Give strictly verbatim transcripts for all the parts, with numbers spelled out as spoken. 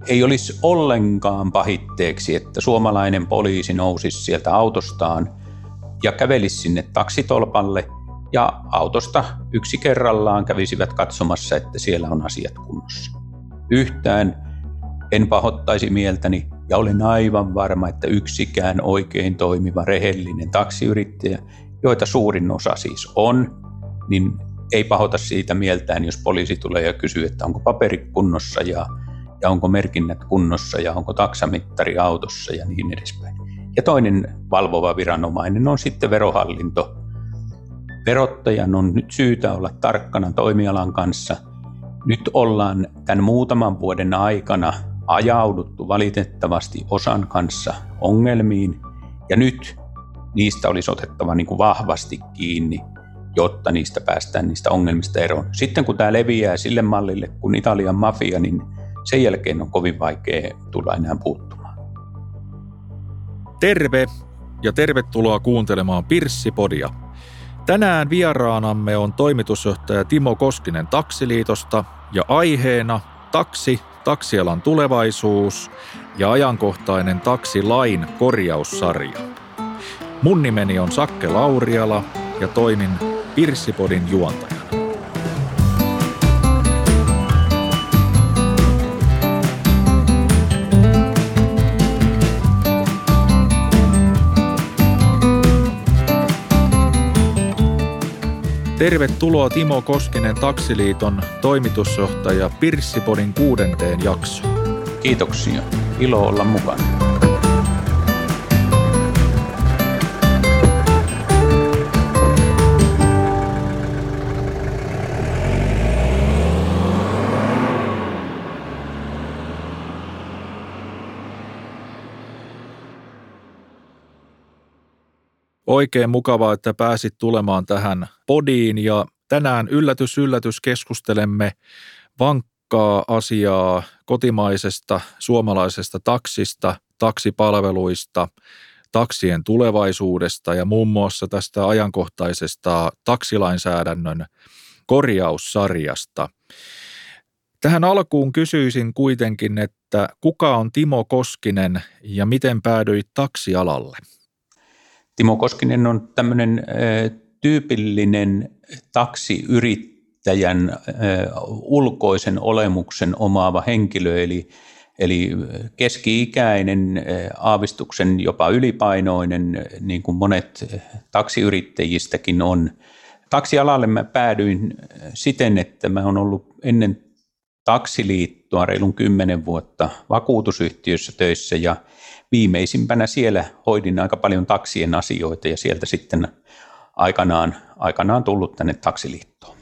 ei olisi ollenkaan pahitteeksi, että suomalainen poliisi nousisi sieltä autostaan ja kävelisi sinne taksitolpalle ja autosta yksi kerrallaan kävisivät katsomassa, että siellä on asiat kunnossa. Yhtään en pahoittaisi mieltäni ja olen aivan varma, että yksikään oikein toimiva rehellinen taksiyrittäjä, joita suurin osa siis on, niin ei pahota siitä mieltään, jos poliisi tulee ja kysyy, että onko paperi kunnossa ja, ja onko merkinnät kunnossa ja onko taksamittari autossa ja niin edespäin. Ja toinen valvova viranomainen on sitten verohallinto. Verottajan on nyt syytä olla tarkkana toimialan kanssa. Nyt ollaan tämän muutaman vuoden aikana ajauduttu valitettavasti osan kanssa ongelmiin ja nyt niistä olisi otettava niin kuin vahvasti kiinni, jotta niistä päästään niistä ongelmista eroon. Sitten kun tämä leviää sille mallille kuin Italian mafia, niin sen jälkeen on kovin vaikea tulla enää puuttumaan. Terve ja tervetuloa kuuntelemaan Pirssipodia. Tänään vieraanamme on toimitusjohtaja Timo Koskinen Taksiliitosta ja aiheena taksi, taksialan tulevaisuus ja ajankohtainen taksilain korjaussarja. Mun nimeni on Sakke Lauriala ja toimin Pirssipodin juontajana. Tervetuloa Timo Koskinen Taksiliiton toimitusjohtaja Pirssipodin kuudenteen jaksoon. Kiitoksia. Ilo olla mukana. Oikein mukavaa, että pääsit tulemaan tähän podiin ja tänään yllätys yllätys keskustelemme vankkaa asiaa kotimaisesta suomalaisesta taksista, taksipalveluista, taksien tulevaisuudesta ja muun muassa tästä ajankohtaisesta taksilainsäädännön korjaussarjasta. Tähän alkuun kysyisin kuitenkin, että kuka on Timo Koskinen ja miten päädyit taksialalle? Timo Koskinen on tämmöinen tyypillinen taksiyrittäjän ulkoisen olemuksen omaava henkilö, eli, eli keski-ikäinen, aavistuksen jopa ylipainoinen, niin kuin monet taksiyrittäjistäkin on. Taksialalle mä päädyin siten, että mä oon ollut ennen Taksiliittoa reilun kymmenen vuotta vakuutusyhtiössä töissä ja viimeisimpänä siellä hoidin aika paljon taksien asioita ja sieltä sitten aikanaan, aikanaan tullut tänne Taksiliittoon.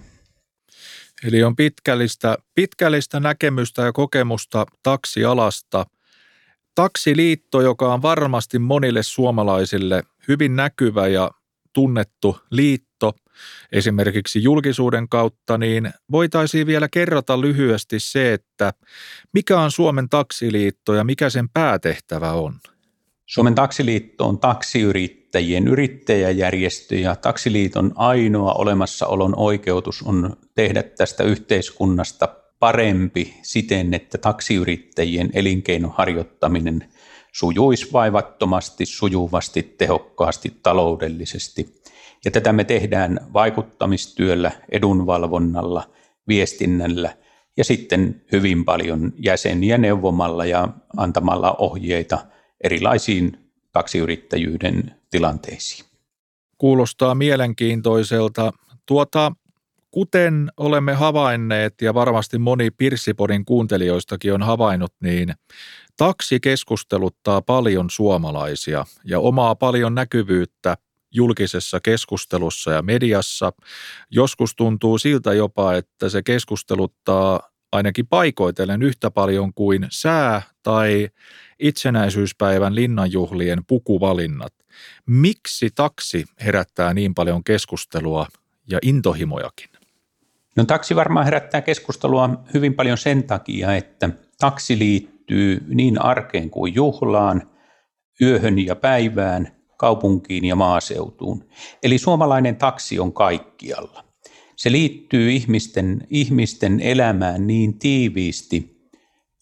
Eli on pitkällistä, pitkällistä näkemystä ja kokemusta taksialasta. Taksiliitto, joka on varmasti monille suomalaisille hyvin näkyvä ja tunnettu liitto, esimerkiksi julkisuuden kautta, niin voitaisiin vielä kerrata lyhyesti se, että mikä on Suomen Taksiliitto ja mikä sen päätehtävä on? Suomen Taksiliitto on taksiyrittäjien yrittäjäjärjestö ja Taksiliiton ainoa olemassaolon oikeutus on tehdä tästä yhteiskunnasta parempi siten, että taksiyrittäjien elinkeinon harjoittaminen sujuisi vaivattomasti, sujuvasti, tehokkaasti, taloudellisesti. Ja tätä me tehdään vaikuttamistyöllä, edunvalvonnalla, viestinnällä ja sitten hyvin paljon jäseniä neuvomalla ja antamalla ohjeita erilaisiin taksiyrittäjyyden tilanteisiin. Kuulostaa mielenkiintoiselta. Tuota, kuten olemme havainneet ja varmasti moni Pirssipodin kuuntelijoistakin on havainnut, niin taksi keskusteluttaa paljon suomalaisia ja omaa paljon näkyvyyttä julkisessa keskustelussa ja mediassa. Joskus tuntuu siltä jopa, että se keskusteluttaa ainakin paikoitellen yhtä paljon kuin sää- tai itsenäisyyspäivän linnanjuhlien pukuvalinnat. Miksi taksi herättää niin paljon keskustelua ja intohimojakin? No taksi varmaan herättää keskustelua hyvin paljon sen takia, että taksi liittyy niin arkeen kuin juhlaan, yöhön ja päivään, kaupunkiin ja maaseutuun. Eli suomalainen taksi on kaikkialla. Se liittyy ihmisten, ihmisten elämään niin tiiviisti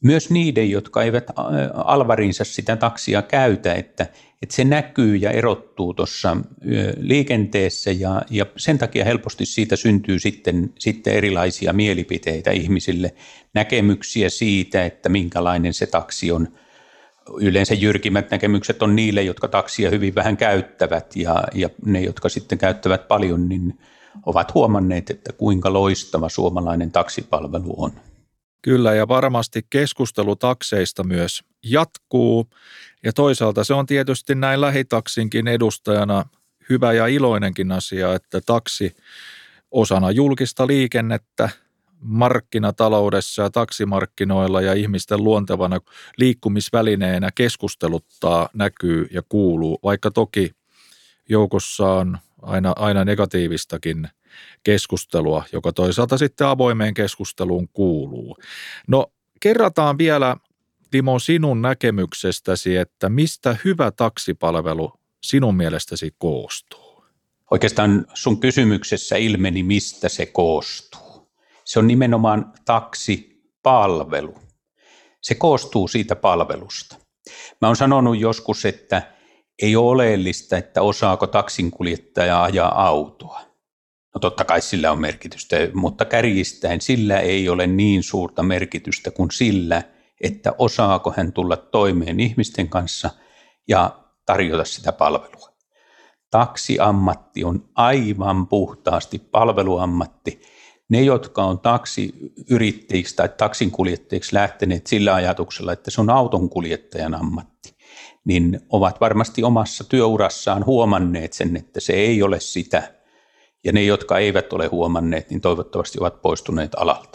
Myös niiden, jotka eivät alvarinsa sitä taksia käytä, että, että se näkyy ja erottuu tuossa liikenteessä ja, ja sen takia helposti siitä syntyy sitten, sitten erilaisia mielipiteitä ihmisille, näkemyksiä siitä, että minkälainen se taksi on. Yleensä jyrkimmät näkemykset on niille, jotka taksia hyvin vähän käyttävät ja, ja ne, jotka sitten käyttävät paljon, niin ovat huomanneet, että kuinka loistava suomalainen taksipalvelu on. Kyllä, ja varmasti keskustelu takseista myös jatkuu, ja toisaalta se on tietysti näin lähitaksinkin edustajana hyvä ja iloinenkin asia, että taksi osana julkista liikennettä markkinataloudessa ja taksimarkkinoilla ja ihmisten luontevana liikkumisvälineenä keskusteluttaa, näkyy ja kuuluu, vaikka toki joukossa on aina, aina negatiivistakin keskustelua, joka toisaalta sitten avoimeen keskusteluun kuuluu. No kerrataan vielä, Timo, sinun näkemyksestäsi, että mistä hyvä taksipalvelu sinun mielestäsi koostuu? Oikeastaan sun kysymyksessä ilmeni, mistä se koostuu. Se on nimenomaan taksipalvelu. Se koostuu siitä palvelusta. Mä oon sanonut joskus, että ei ole oleellista, että osaako taksinkuljettaja ajaa autoa. No totta kai sillä on merkitystä, mutta kärjistäen sillä ei ole niin suurta merkitystä kuin sillä, että osaako hän tulla toimeen ihmisten kanssa ja tarjota sitä palvelua. Taksiammatti on aivan puhtaasti palveluammatti. Ne, jotka on taksiyrittäjiksi tai taksinkuljettajiksi lähteneet sillä ajatuksella, että se on autonkuljettajan ammatti, niin ovat varmasti omassa työurassaan huomanneet sen, että se ei ole sitä. Ja ne, jotka eivät ole huomanneet, niin toivottavasti ovat poistuneet alalta.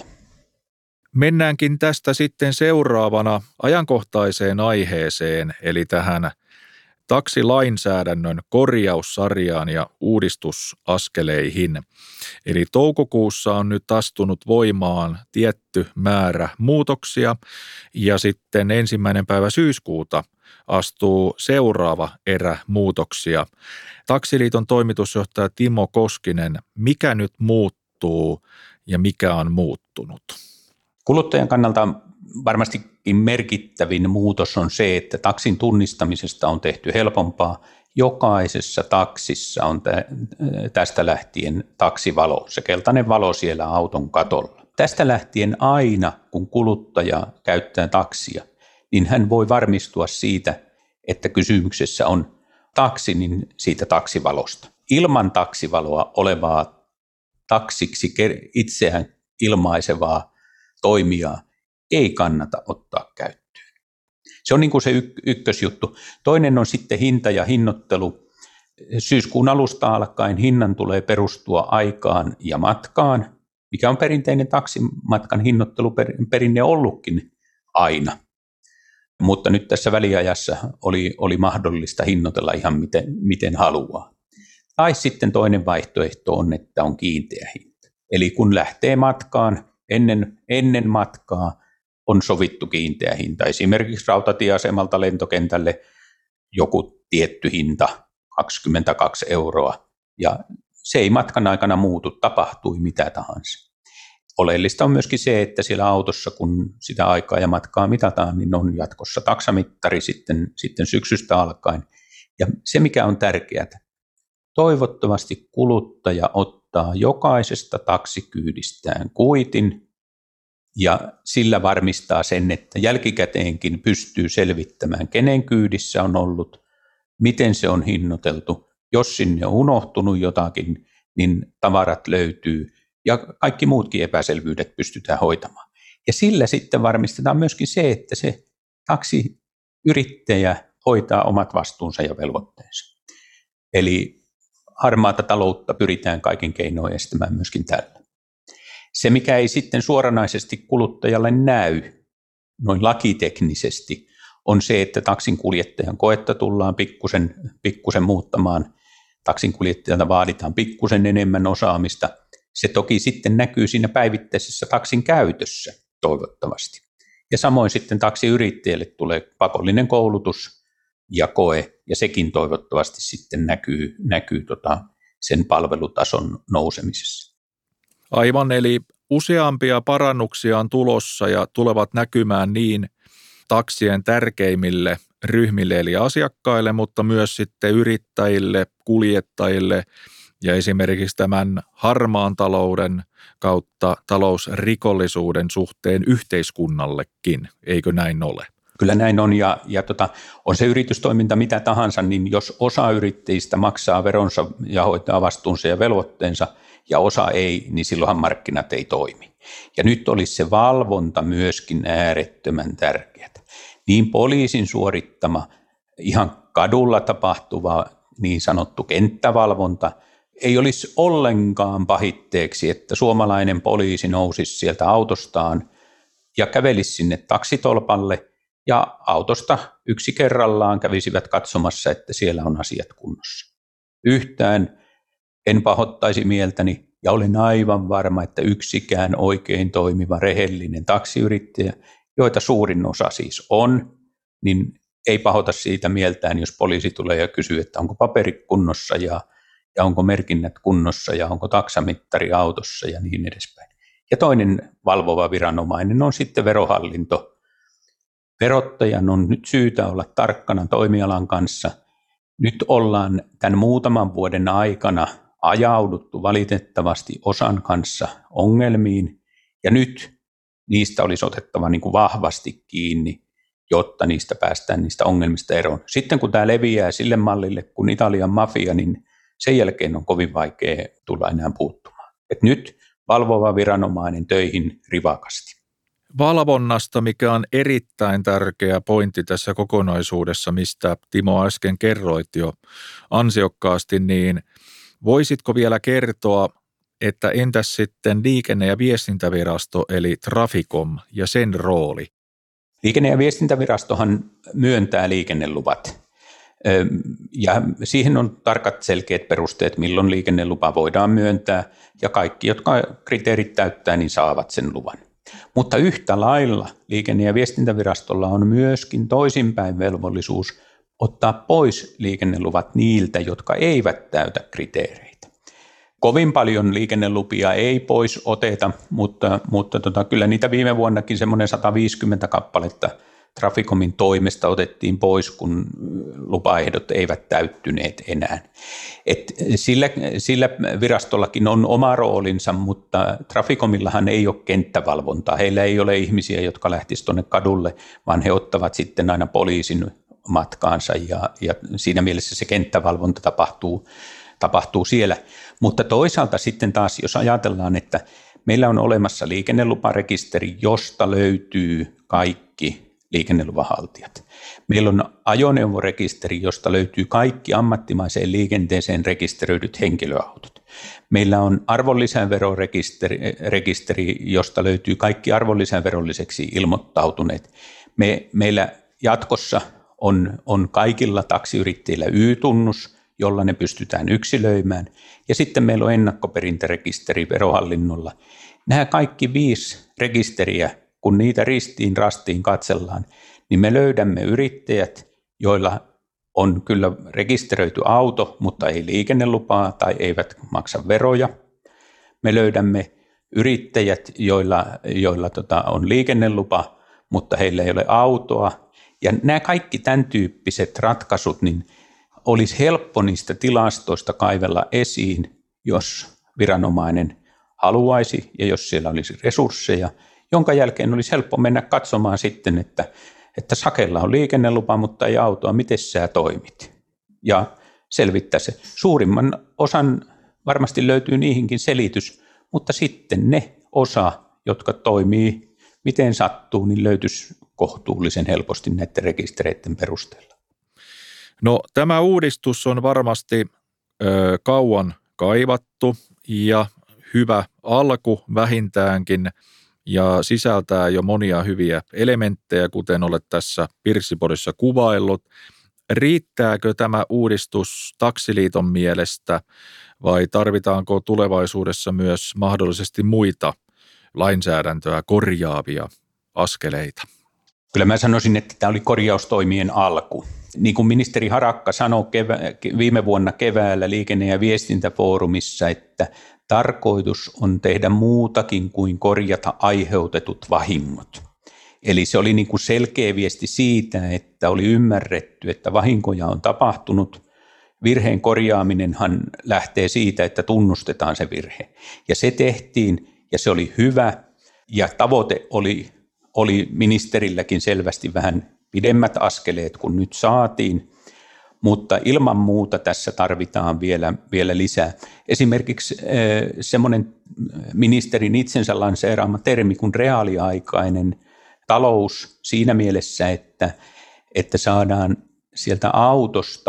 Mennäänkin tästä sitten seuraavana ajankohtaiseen aiheeseen, eli tähän taksilainsäädännön korjaussarjaan ja uudistusaskeleihin. Eli toukokuussa on nyt astunut voimaan tietty määrä muutoksia ja sitten ensimmäinen päivä syyskuuta astuu seuraava erä muutoksia. Taksiliiton toimitusjohtaja Timo Koskinen, mikä nyt muuttuu ja mikä on muuttunut? Kuluttajan kannalta varmastikin merkittävin muutos on se, että taksin tunnistamisesta on tehty helpompaa. Jokaisessa taksissa on tästä lähtien taksivalo, se keltainen valo siellä auton katolla. Tästä lähtien aina, kun kuluttaja käyttää taksia, niin hän voi varmistua siitä, että kysymyksessä on taksi, niin siitä taksivalosta. Ilman taksivaloa olevaa taksiksi itseään ilmaisevaa toimijaa ei kannata ottaa käyttöön. Se on niin kuin se y- ykkösjuttu. Toinen on sitten hinta ja hinnoittelu. Syyskuun alusta alkaen hinnan tulee perustua aikaan ja matkaan, mikä on perinteinen taksimatkan hinnoitteluperinne ollutkin aina. Mutta nyt tässä väliajassa oli, oli mahdollista hinnoitella ihan miten, miten haluaa. Tai sitten toinen vaihtoehto on, että on kiinteä hinta. Eli kun lähtee matkaan, ennen, ennen matkaa on sovittu kiinteä hinta. Esimerkiksi rautatieasemalta lentokentälle joku tietty hinta, kaksikymmentäkaksi euroa. Ja se ei matkan aikana muutu, tapahtui mitä tahansa. Oleellista on myöskin se, että siellä autossa, kun sitä aikaa ja matkaa mitataan, niin on jatkossa taksamittari sitten, sitten syksystä alkaen. Ja se, mikä on tärkeää, toivottavasti kuluttaja ottaa jokaisesta taksikyydistään kuitin ja sillä varmistaa sen, että jälkikäteenkin pystyy selvittämään, kenen kyydissä on ollut, miten se on hinnoiteltu. Jos sinne on unohtunut jotakin, niin tavarat löytyy. Ja kaikki muutkin epäselvyydet pystytään hoitamaan. Ja sillä sitten varmistetaan myöskin se, että se taksiyrittäjä hoitaa omat vastuunsa ja velvoitteensa. Eli harmaata taloutta pyritään kaikin keinoin estämään myöskin tällä. Se, mikä ei sitten suoranaisesti kuluttajalle näy, noin lakiteknisesti, on se, että taksinkuljettajan koetta tullaan pikkusen, pikkusen muuttamaan. Taksinkuljettajalta vaaditaan pikkusen enemmän osaamista. Se toki sitten näkyy siinä päivittäisessä taksin käytössä toivottavasti. Ja samoin sitten taksiyrittäjille tulee pakollinen koulutus ja koe, ja sekin toivottavasti sitten näkyy, näkyy tota sen palvelutason nousemisessa. Aivan, eli Useampia parannuksia on tulossa ja tulevat näkymään niin taksien tärkeimmille ryhmille eli asiakkaille, mutta myös sitten yrittäjille, kuljettajille ja esimerkiksi tämän harmaan talouden kautta talousrikollisuuden suhteen yhteiskunnallekin, eikö näin ole? Kyllä näin on, ja, ja tota, on se yritystoiminta mitä tahansa, niin jos osa yrittäjistä maksaa veronsa ja hoitaa vastuunsa ja velvoitteensa, ja osa ei, niin silloinhan markkinat ei toimi. Ja nyt olisi se valvonta myöskin äärettömän tärkeää. Niin poliisin suorittama ihan kadulla tapahtuva niin sanottu kenttävalvonta ei olisi ollenkaan pahitteeksi, että suomalainen poliisi nousisi sieltä autostaan ja kävelisi sinne taksitolpalle ja autosta yksi kerrallaan kävisivät katsomassa, että siellä on asiat kunnossa. Yhtään en pahoittaisi mieltäni ja olen aivan varma, että yksikään oikein toimiva rehellinen taksiyrittäjä, joita suurin osa siis on, niin ei pahota siitä mieltään, jos poliisi tulee ja kysyy, että onko paperi kunnossa ja, ja onko merkinnät kunnossa ja onko taksamittari autossa ja niin edespäin. Ja toinen valvova viranomainen on sitten verohallinto. Verottajan on nyt syytä olla tarkkana toimialan kanssa. Nyt ollaan tämän muutaman vuoden aikana ajauduttu valitettavasti osan kanssa ongelmiin, ja nyt niistä olisi otettava niin kuin vahvasti kiinni, jotta niistä päästään niistä ongelmista eroon. Sitten kun tämä leviää sille mallille kuin Italian mafia, niin sen jälkeen on kovin vaikea tulla enää puuttumaan. Et nyt valvova viranomainen töihin rivakasti. Valvonnasta, mikä on erittäin tärkeä pointti tässä kokonaisuudessa, mistä Timo äsken kerroit jo ansiokkaasti, niin voisitko vielä kertoa, että entäs sitten Liikenne- ja viestintävirasto eli Traficom ja sen rooli? Liikenne- ja viestintävirastohan myöntää liikenneluvat ja siihen on tarkat selkeät perusteet, milloin liikennelupa voidaan myöntää ja kaikki, jotka kriteerit täyttää, niin saavat sen luvan. Mutta yhtä lailla Liikenne- ja viestintävirastolla on myöskin toisinpäin velvollisuus ottaa pois liikenneluvat niiltä, jotka eivät täytä kriteereitä. Kovin paljon liikennelupia ei pois oteta, mutta, mutta tota, kyllä niitä viime vuonnakin semmoinen sata viisikymmentä kappaletta Traficomin toimesta otettiin pois, kun lupaehdot eivät täyttyneet enää. Et sillä, sillä virastollakin on oma roolinsa, mutta Traficomillahan ei ole kenttävalvontaa. Heillä ei ole ihmisiä, jotka lähtisivät tuonne kadulle, vaan he ottavat sitten aina poliisin matkaansa ja, ja siinä mielessä se kenttävalvonta tapahtuu, tapahtuu siellä. Mutta toisaalta sitten taas, jos ajatellaan, että meillä on olemassa liikenneluparekisteri, josta löytyy kaikki liikenneluvanhaltijat. Meillä on ajoneuvorekisteri, josta löytyy kaikki ammattimaiseen liikenteeseen rekisteröidyt henkilöautot. Meillä on arvonlisäverorekisteri, rekisteri, josta löytyy kaikki arvonlisäverolliseksi ilmoittautuneet. Me, meillä jatkossa on, on kaikilla taksiyrittäjillä Y-tunnus, jolla ne pystytään yksilöimään. Ja sitten meillä on ennakkoperintärekisteri verohallinnolla. Nämä kaikki viisi rekisteriä, kun niitä ristiin rastiin katsellaan, niin me löydämme yrittäjät, joilla on kyllä rekisteröity auto, mutta ei liikennelupaa tai eivät maksa veroja. Me löydämme yrittäjät, joilla, joilla tota on liikennelupa, mutta heillä ei ole autoa. Ja nämä kaikki tämän tyyppiset ratkaisut, niin olisi helppo niistä tilastoista kaivella esiin, jos viranomainen haluaisi ja jos siellä olisi resursseja, jonka jälkeen olisi helppo mennä katsomaan sitten, että, että Sakella on liikennelupa, mutta ei autoa, miten sä toimit. Ja selvittää se. Suurimman osan varmasti löytyy niihinkin selitys, mutta sitten ne osa, jotka toimii miten sattuu, niin löytyisi kohtuullisen helposti näiden rekistereiden perusteella. No tämä uudistus on varmasti ö, kauan kaivattu ja hyvä alku vähintäänkin ja sisältää jo monia hyviä elementtejä, kuten olet tässä Pirssipodissa kuvaillut. Riittääkö tämä uudistus Taksiliiton mielestä vai tarvitaanko tulevaisuudessa myös mahdollisesti muita lainsäädäntöä korjaavia askeleita? Kyllä mä sanoisin, että tämä oli korjaustoimien alku. Niin kuin ministeri Harakka sanoi kevä, viime vuonna keväällä liikenne- ja viestintäfoorumissa, että tarkoitus on tehdä muutakin kuin korjata aiheutetut vahingot. Eli se oli niin kuin selkeä viesti siitä, että oli ymmärretty, että vahinkoja on tapahtunut. Virheen korjaaminenhan lähtee siitä, että tunnustetaan se virhe. Ja se tehtiin ja se oli hyvä ja tavoite oli, oli ministerilläkin selvästi vähän pidemmät askeleet kuin nyt saatiin. Mutta ilman muuta tässä tarvitaan vielä, vielä lisää. Esimerkiksi äh, semmoinen ministerin itsensä lanseeraama termi kuin reaaliaikainen talous siinä mielessä, että, että saadaan sieltä autosta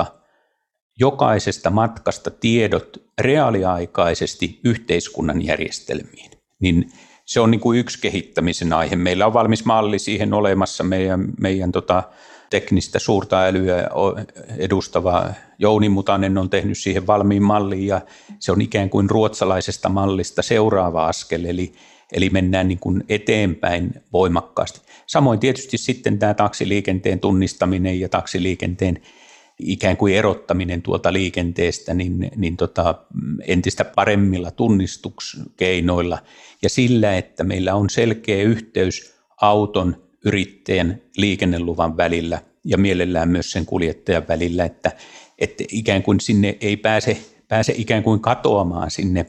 jokaisesta matkasta tiedot reaaliaikaisesti yhteiskunnan järjestelmiin. Niin se on niin kuin yksi kehittämisen aihe. Meillä on valmis malli siihen olemassa meidän, meidän tota, teknistä suurta älyä edustava Jouni Mutanen on tehnyt siihen valmiin mallin ja se on ikään kuin ruotsalaisesta mallista seuraava askel, eli, eli mennään niin kuin eteenpäin voimakkaasti. Samoin tietysti sitten tämä taksiliikenteen tunnistaminen ja taksiliikenteen ikään kuin erottaminen tuolta liikenteestä niin, niin tota, entistä paremmilla tunnistuskeinoilla ja sillä, että meillä on selkeä yhteys auton, yrittäjän, liikenneluvan välillä ja mielellään myös sen kuljettajan välillä, että, että ikään kuin sinne ei pääse, pääse ikään kuin katoamaan sinne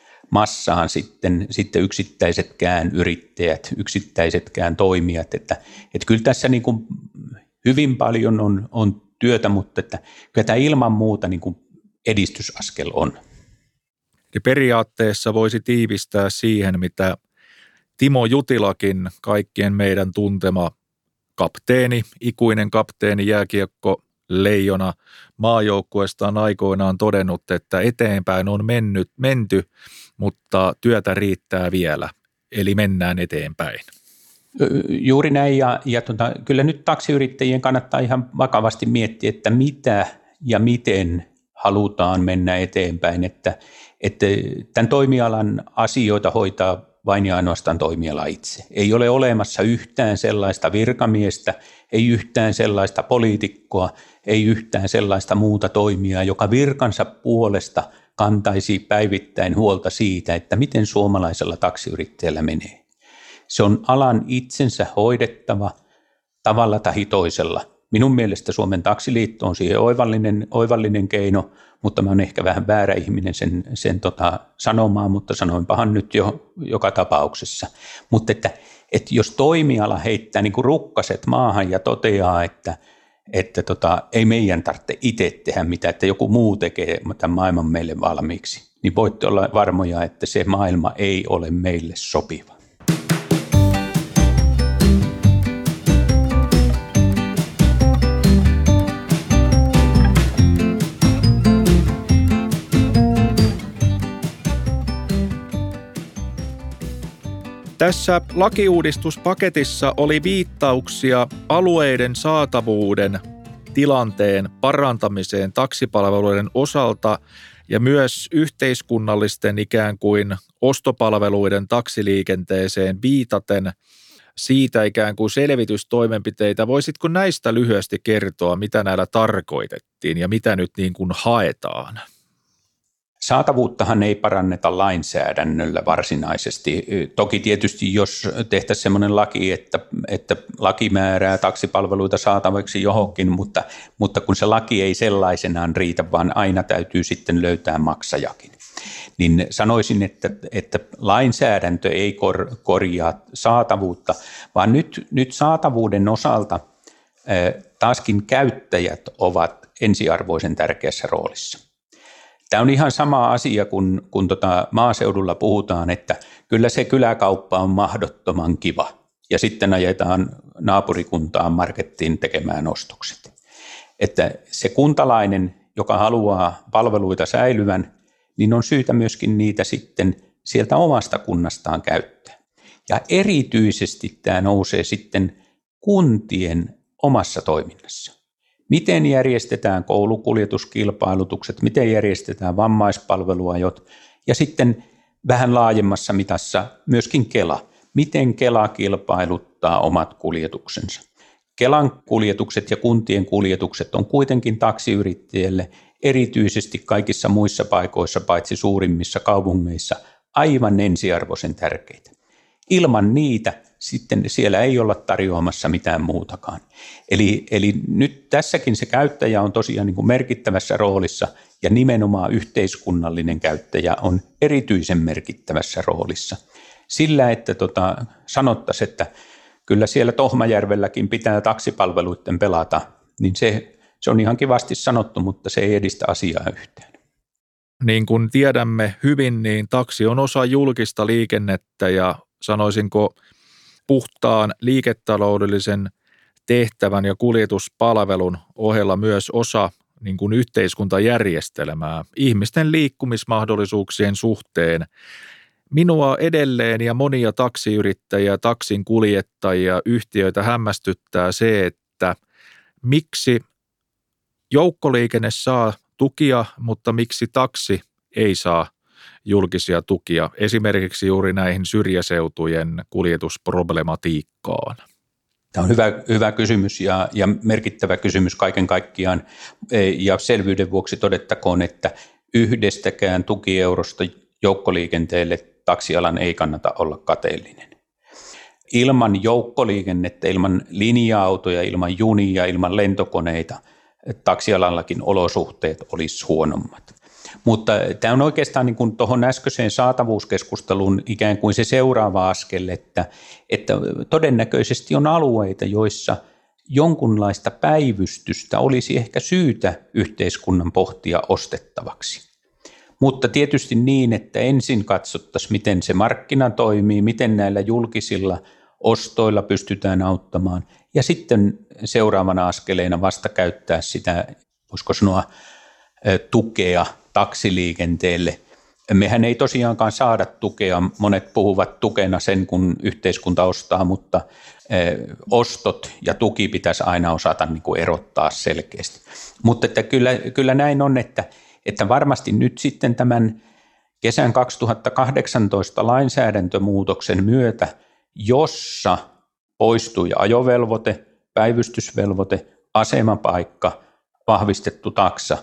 massaan sitten, sitten yksittäisetkään yrittäjät, yksittäisetkään toimijat, että, että kyllä tässä niin kuin hyvin paljon on, on työtä, mutta että kyllä tämä ilman muuta niin kuin edistysaskel on. Eli periaatteessa voisi tiivistää siihen, mitä Timo Jutilakin, kaikkien meidän tuntema kapteeni, ikuinen kapteeni, jääkiekko, leijona maajoukkueesta on aikoinaan todennut, että eteenpäin on mennyt, menty, mutta työtä riittää vielä, eli mennään eteenpäin. Juuri näin, ja, ja tota, kyllä nyt taksiyrittäjien kannattaa ihan vakavasti miettiä, että mitä ja miten halutaan mennä eteenpäin, että, että tämän toimialan asioita hoitaa vain ja ainoastaan toimiala itse. Ei ole olemassa yhtään sellaista virkamiestä, ei yhtään sellaista poliitikkoa, ei yhtään sellaista muuta toimijaa, joka virkansa puolesta kantaisi päivittäin huolta siitä, että miten suomalaisella taksiyrittäjällä menee. Se on alan itsensä hoidettava tavalla tai toisella. Minun mielestä Suomen taksiliitto on siihen oivallinen, oivallinen keino, mutta mä oon ehkä vähän väärä ihminen sen, sen tota sanomaan, mutta sanoinpahan nyt jo joka tapauksessa. Mutta että, että jos toimiala heittää niin kuin rukkaset maahan ja toteaa, että, että tota, ei meidän tarvitse itse tehdä mitään, että joku muu tekee tämän maailman meille valmiiksi, niin voitte olla varmoja, että se maailma ei ole meille sopiva. Tässä lakiuudistuspaketissa oli viittauksia alueiden saatavuuden tilanteen parantamiseen taksipalveluiden osalta ja myös yhteiskunnallisten ikään kuin ostopalveluiden taksiliikenteeseen viitaten siitä ikään kuin selvitystoimenpiteitä. Voisitko näistä lyhyesti kertoa, mitä näillä tarkoitettiin ja mitä nyt niin kuin haetaan? Saatavuuttahan ei paranneta lainsäädännöllä varsinaisesti. Toki tietysti jos tehtäisiin sellainen laki, että, että laki määrää taksipalveluita saatavaksi johonkin, mutta, mutta kun se laki ei sellaisenaan riitä, vaan aina täytyy sitten löytää maksajakin. Niin sanoisin, että, että lainsäädäntö ei kor, korjaa saatavuutta, vaan nyt, nyt saatavuuden osalta taaskin käyttäjät ovat ensiarvoisen tärkeässä roolissa. Tämä on ihan sama asia, kun, kun tota maaseudulla puhutaan, että kyllä se kyläkauppa on mahdottoman kiva ja sitten ajetaan naapurikuntaan markettiin tekemään ostokset. Että se kuntalainen, joka haluaa palveluita säilyvän, niin on syytä myöskin niitä sitten sieltä omasta kunnastaan käyttää. Ja erityisesti tämä nousee sitten kuntien omassa toiminnassa. Miten järjestetään koulukuljetuskilpailutukset, miten järjestetään vammaispalveluajot ja sitten vähän laajemmassa mitassa myöskin Kela. Miten Kela kilpailuttaa omat kuljetuksensa? Kelan kuljetukset ja kuntien kuljetukset on kuitenkin taksiyrittäjille erityisesti kaikissa muissa paikoissa, paitsi suurimmissa kaupungeissa, aivan ensiarvoisen tärkeitä. Ilman niitä sitten siellä ei olla tarjoamassa mitään muutakaan. Eli, eli nyt tässäkin se käyttäjä on tosiaan niin kuin merkittävässä roolissa ja nimenomaan yhteiskunnallinen käyttäjä on erityisen merkittävässä roolissa. Sillä, että tota, sanottaisiin, että kyllä siellä Tohmajärvelläkin pitää taksipalveluiden pelata, niin se, se on ihan kivasti sanottu, mutta se ei edistä asiaa yhtään. Niin kuin tiedämme hyvin, niin taksi on osa julkista liikennettä ja sanoisinko puhtaan liiketaloudellisen tehtävän ja kuljetuspalvelun ohella myös osa niin kuin yhteiskuntajärjestelmää ihmisten liikkumismahdollisuuksien suhteen. Minua edelleen ja monia taksiyrittäjiä, taksin kuljettajia, yhtiöitä hämmästyttää se, että miksi joukkoliikenne saa tukia, mutta miksi taksi ei saa julkisia tukia, esimerkiksi juuri näihin syrjäseutujen kuljetusproblematiikkaan? Tämä on hyvä, hyvä kysymys ja, ja merkittävä kysymys kaiken kaikkiaan, ja selvyyden vuoksi todettakoon, että yhdestäkään tukieurosta joukkoliikenteelle taksialan ei kannata olla kateellinen. Ilman joukkoliikennettä, ilman linja-autoja, ilman junia, ilman lentokoneita taksialallakin olosuhteet olisi huonommat. Mutta tämä on oikeastaan niin kuin tuohon äskeiseen saatavuuskeskusteluun ikään kuin se seuraava askel, että, että todennäköisesti on alueita, joissa jonkunlaista päivystystä olisi ehkä syytä yhteiskunnan pohtia ostettavaksi. Mutta tietysti niin, että ensin katsottaisiin, miten se markkina toimii, miten näillä julkisilla ostoilla pystytään auttamaan ja sitten seuraavana askeleena vasta käyttää sitä, voisiko sanoa, tukea taksiliikenteelle. Mehän ei tosiaankaan saada tukea, monet puhuvat tukena sen, kun yhteiskunta ostaa, mutta ostot ja tuki pitäisi aina osata niin kuin erottaa selkeästi. Mutta että kyllä, kyllä näin on, että, että varmasti nyt sitten tämän kesän kaksituhattakahdeksantoista lainsäädäntömuutoksen myötä, jossa poistui ajovelvoite, päivystysvelvoite, asemapaikka, vahvistettu taksa,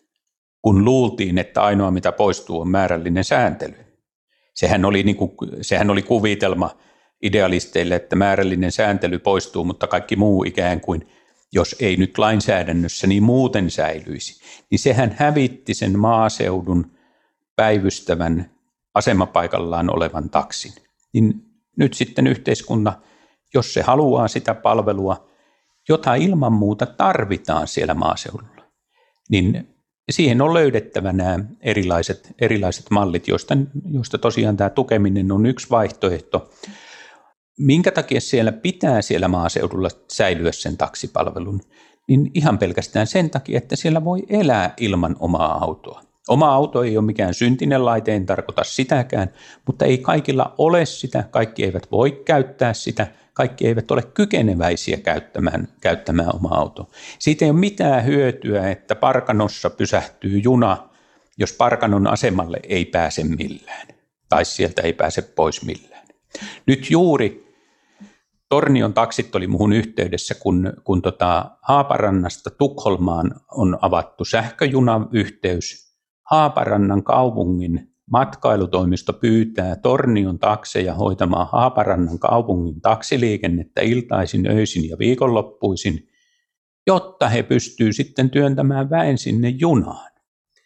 kun luultiin, että ainoa mitä poistuu on määrällinen sääntely. Sehän oli, niin kuin, sehän oli kuvitelma idealisteille, että määrällinen sääntely poistuu, mutta kaikki muu ikään kuin, jos ei nyt lainsäädännössä, niin muuten säilyisi. Niin sehän hävitti sen maaseudun päivystävän asemapaikallaan olevan taksin. Niin nyt sitten yhteiskunta, jos se haluaa sitä palvelua, jota ilman muuta tarvitaan siellä maaseudulla, niin siihen on löydettävä nämä erilaiset, erilaiset mallit, joista, joista tosiaan tämä tukeminen on yksi vaihtoehto. Minkä takia siellä pitää siellä maaseudulla säilyä sen taksipalvelun? Niin ihan pelkästään sen takia, että siellä voi elää ilman omaa autoa. Oma auto ei ole mikään syntinen laite, en tarkoita sitäkään, mutta ei kaikilla ole sitä, kaikki eivät voi käyttää sitä, kaikki eivät ole kykeneväisiä käyttämään, käyttämään omaa autoa. Siitä ei ole mitään hyötyä, että Parkanossa pysähtyy juna, jos Parkanon asemalle ei pääse millään, tai sieltä ei pääse pois millään. Nyt juuri Tornion taksit oli muhun yhteydessä, kun, kun tota Haaparannasta Tukholmaan on avattu sähköjunayhteys. Haaparannan kaupungin matkailutoimisto pyytää Tornion takseja hoitamaan Haaparannan kaupungin taksiliikennettä iltaisin, öisin ja viikonloppuisin, jotta he pystyvät sitten työntämään väen sinne junaan.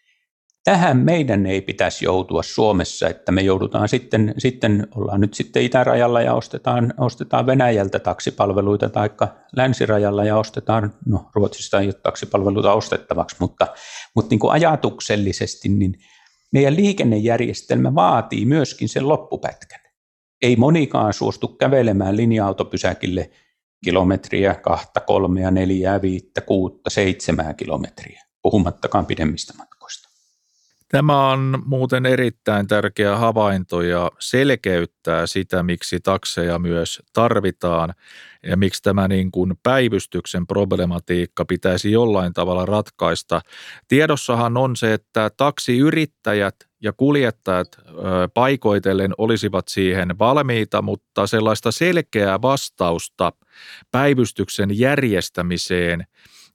Tähän meidän ei pitäisi joutua Suomessa, että me joudutaan sitten, sitten ollaan nyt sitten itärajalla ja ostetaan, ostetaan Venäjältä taksipalveluita tai länsirajalla ja ostetaan, no Ruotsista ei ole taksipalveluita ostettavaksi, mutta, mutta niin kuin ajatuksellisesti niin meidän liikennejärjestelmä vaatii myöskin sen loppupätkän. Ei monikaan suostu kävelemään linja-autopysäkille kilometriä, kahta, kolmea, neljää, viittä, kuutta, seitsemää kilometriä, puhumattakaan pidemmistä matkoista. Tämä on muuten erittäin tärkeä havainto ja selkeyttää sitä, miksi takseja myös tarvitaan ja miksi tämä niin kuin päivystyksen problematiikka pitäisi jollain tavalla ratkaista. Tiedossahan on se, että taksiyrittäjät ja kuljettajat ö, paikoitellen olisivat siihen valmiita, mutta sellaista selkeää vastausta päivystyksen järjestämiseen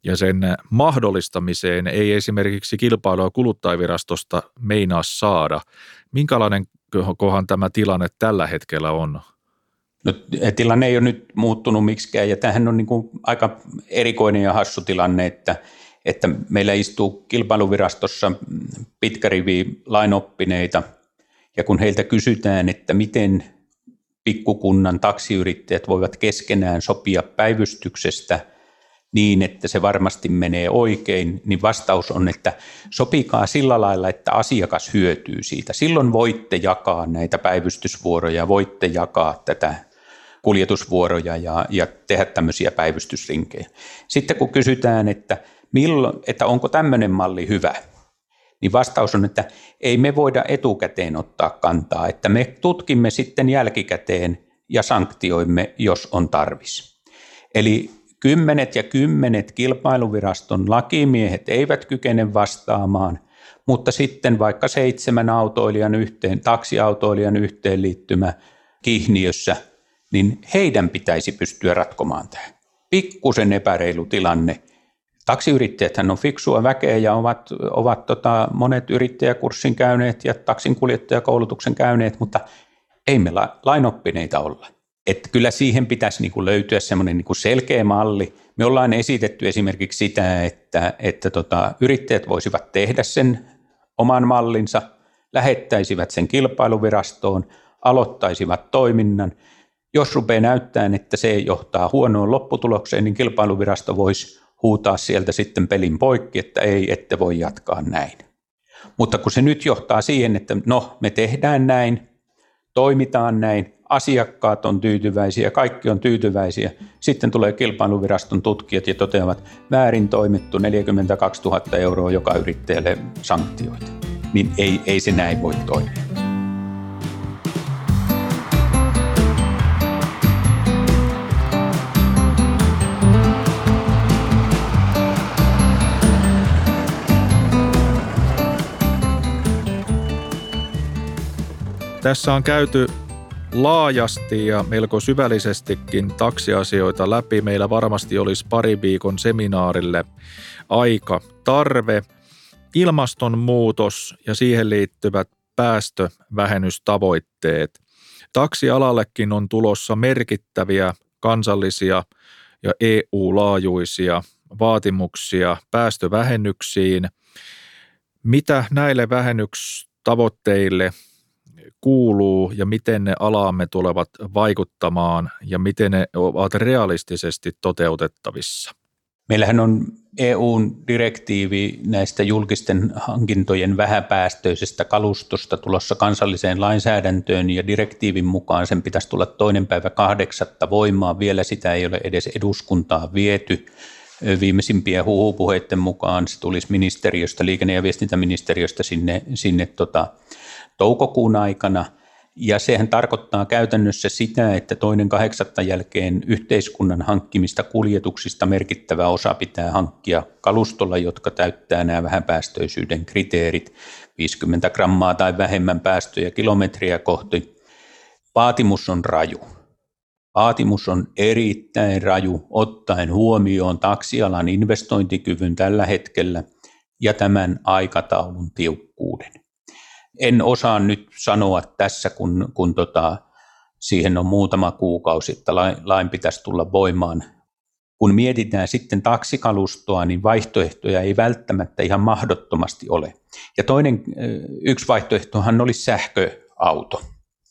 ja sen mahdollistamiseen ei esimerkiksi Kilpailu- ja kuluttajavirastosta meinaa saada. Minkälainen kohan tämä tilanne tällä hetkellä on? No, tilanne ei ole nyt muuttunut miksikään, ja tämähän on niin kuin aika erikoinen ja hassu tilanne, että, että meillä istuu Kilpailuvirastossa pitkä rivi lainoppineita, ja kun heiltä kysytään, että miten pikkukunnan taksiyrittäjät voivat keskenään sopia päivystyksestä niin, että se varmasti menee oikein, niin vastaus on, että sopikaa sillä lailla, että asiakas hyötyy siitä. Silloin voitte jakaa näitä päivystysvuoroja, voitte jakaa tätä kuljetusvuoroja ja, ja tehdä tämmöisiä päivystysrinkejä. Sitten kun kysytään, että, milloin, että onko tämmöinen malli hyvä, niin vastaus on, että ei me voida etukäteen ottaa kantaa, että me tutkimme sitten jälkikäteen ja sanktioimme, jos on tarvis. Eli kymmenet ja kymmenet Kilpailuviraston lakimiehet eivät kykene vastaamaan, mutta sitten vaikka seitsemän autoilijan yhteen, taksiautoilijan yhteenliittymä Kihniössä, niin heidän pitäisi pystyä ratkomaan tämä. Pikkusen epäreilu tilanne. Taksiyrittäjäthän on fiksua väkeä ja ovat, ovat tota, monet yrittäjäkurssin käyneet ja taksinkuljettajakoulutuksen käyneet, mutta ei me lainoppineita olla. Että kyllä siihen pitäisi niin kuin löytyä semmoinen niin kuin selkeä malli. Me ollaan esitetty esimerkiksi sitä, että, että tota, yrittäjät voisivat tehdä sen oman mallinsa, lähettäisivät sen Kilpailuvirastoon, aloittaisivat toiminnan. Jos rupeaa näyttämään, että se johtaa huonoon lopputulokseen, niin Kilpailuvirasto voisi huutaa sieltä sitten pelin poikki, että ei, ette voi jatkaa näin. Mutta kun se nyt johtaa siihen, että no, me tehdään näin, toimitaan näin, asiakkaat on tyytyväisiä, kaikki on tyytyväisiä, sitten tulee Kilpailuviraston tutkijat ja toteavat, väärin toimittu neljäkymmentäkaksituhatta euroa joka yrittäjälle sanktioita. Niin ei, ei se näin voi toimia. Tässä on käyty laajasti ja melko syvällisestikin taksiasioita läpi. Meillä varmasti olisi pari viikon seminaarille aika tarve. Ilmastonmuutos ja siihen liittyvät päästövähennystavoitteet. Taksialallekin on tulossa merkittäviä kansallisia ja E U-laajuisia vaatimuksia päästövähennyksiin. Mitä näille vähennystavoitteille kuuluu ja miten ne alaamme tulevat vaikuttamaan ja miten ne ovat realistisesti toteutettavissa? Meillähän on E U-direktiivi näistä julkisten hankintojen vähäpäästöisestä kalustosta tulossa kansalliseen lainsäädäntöön ja direktiivin mukaan sen pitäisi tulla toinen päivä kahdeksatta voimaan. Vielä sitä ei ole edes eduskuntaan viety. Viimeisimpien huhupuheiden mukaan se tulisi ministeriöstä, liikenne- ja viestintäministeriöstä sinne, sinne tota, toukokuun aikana, ja sehän tarkoittaa käytännössä sitä, että toinen kahdeksatta jälkeen yhteiskunnan hankkimista kuljetuksista merkittävä osa pitää hankkia kalustolla, jotka täyttää nämä vähäpäästöisyyden kriteerit, viisikymmentä grammaa tai vähemmän päästöjä kilometriä kohti. Vaatimus on raju. Vaatimus on erittäin raju, ottaen huomioon taksialan investointikyvyn tällä hetkellä ja tämän aikataulun tiukkuuden. En osaa nyt sanoa tässä, kun, kun tota, siihen on muutama kuukausi, että lain, lain pitäisi tulla voimaan. Kun mietitään sitten taksikalustoa, niin vaihtoehtoja ei välttämättä ihan mahdottomasti ole. Ja toinen, yksi vaihtoehtohan olisi sähköauto.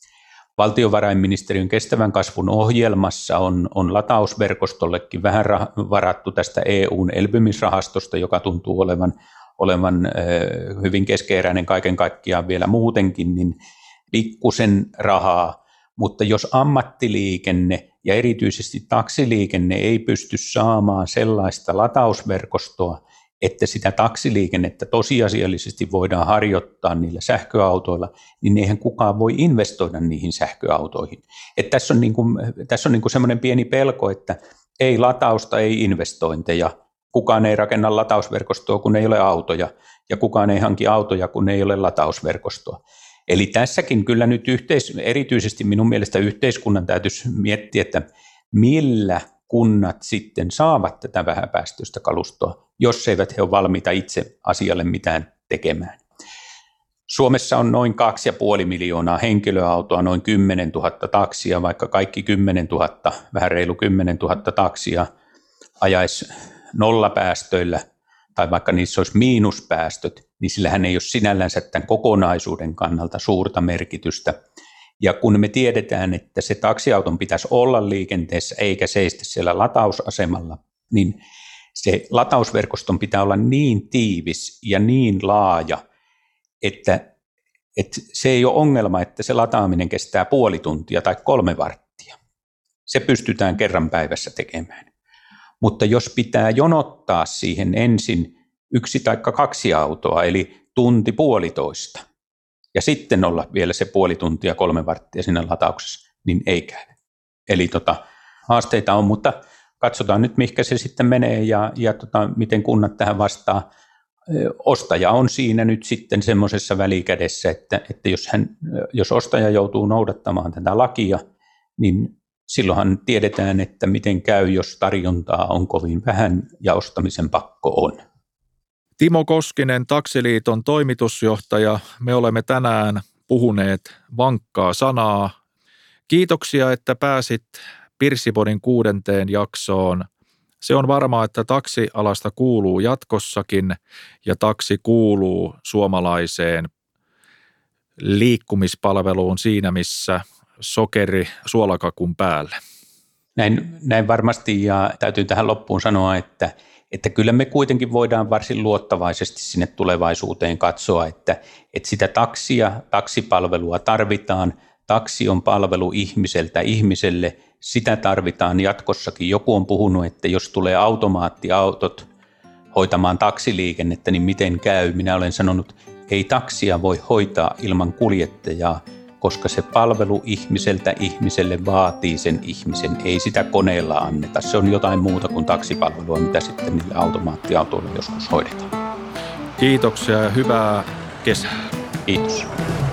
Valtiovarainministeriön kestävän kasvun ohjelmassa on, on latausverkostollekin vähän varattu tästä E U:n elpymisrahastosta, joka tuntuu olevan olevan hyvin keskeeräinen kaiken kaikkiaan vielä muutenkin, niin pikkusen rahaa, mutta jos ammattiliikenne ja erityisesti taksiliikenne ei pysty saamaan sellaista latausverkostoa, että sitä taksiliikennettä tosiasiallisesti voidaan harjoittaa niillä sähköautoilla, niin eihän kukaan voi investoida niihin sähköautoihin. Että tässä on, niin kuin, tässä on niin kuin semmoinen pieni pelko, että ei latausta, ei investointeja. Kukaan ei rakenna latausverkostoa, kun ei ole autoja, ja kukaan ei hanki autoja, kun ei ole latausverkostoa. Eli tässäkin kyllä nyt yhteis- erityisesti minun mielestä yhteiskunnan täytyisi miettiä, että millä kunnat sitten saavat tätä vähäpäästöistä kalustoa, jos eivät he ole valmiita itse asialle mitään tekemään. Suomessa on noin kaksi ja puoli miljoonaa henkilöautoa, noin kymmenen tuhatta taksia, vaikka kaikki kymmenen tuhatta, vähän reilu kymmenen tuhatta taksia ajaisi nollapäästöillä, tai vaikka niissä olisi miinuspäästöt, niin sillähän ei ole sinällänsä tämän kokonaisuuden kannalta suurta merkitystä. Ja kun me tiedetään, että se taksiauton pitäisi olla liikenteessä eikä seistä siellä latausasemalla, niin se latausverkoston pitää olla niin tiivis ja niin laaja, että, että se ei ole ongelma, että se lataaminen kestää puoli tuntia tai kolme varttia. Se pystytään kerran päivässä tekemään. Mutta jos pitää jonottaa siihen ensin yksi tai kaksi autoa, eli tunti puolitoista, ja sitten olla vielä se puoli tuntia, kolme varttia siinä latauksessa, niin ei käy. Eli tota, haasteita on, mutta katsotaan nyt, mihinkä se sitten menee ja, ja tota, miten kunnat tähän vastaa. Ostaja on siinä nyt sitten semmoisessa välikädessä, että, että jos, hän, jos ostaja joutuu noudattamaan tätä lakia, niin silloinhan tiedetään, että miten käy, jos tarjontaa on kovin vähän ja ostamisen pakko on. Timo Koskinen, Taksiliiton toimitusjohtaja, me olemme tänään puhuneet vankkaa sanaa. Kiitoksia, että pääsit Pirssipodin kuudenteen jaksoon. Se on varmaa, että taksialasta kuuluu jatkossakin ja taksi kuuluu suomalaiseen liikkumispalveluun siinä, missä sokeri suolakakun päälle. Näin, näin varmasti, ja täytyy tähän loppuun sanoa, että, että kyllä me kuitenkin voidaan varsin luottavaisesti sinne tulevaisuuteen katsoa, että, että sitä taksia, taksipalvelua tarvitaan. Taksi on palvelu ihmiseltä ihmiselle, sitä tarvitaan jatkossakin. Joku on puhunut, että jos tulee automaattiautot hoitamaan taksiliikennettä, niin miten käy? Minä olen sanonut, ei taksia voi hoitaa ilman kuljettajaa, koska se palvelu ihmiseltä ihmiselle vaatii sen ihmisen, ei sitä koneella anneta. Se on jotain muuta kuin taksipalvelua, mitä sitten niillä automaattiautoilla joskus hoidetaan. Kiitoksia ja hyvää kesää. Kiitos.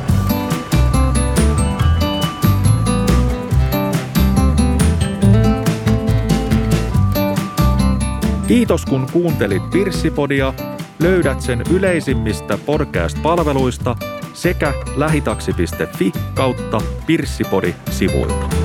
Kiitos kun kuuntelit Pirssipodia. Löydät sen yleisimmistä podcast-palveluista sekä lähitaksi piste fi kautta Pirssipodi-sivuilta.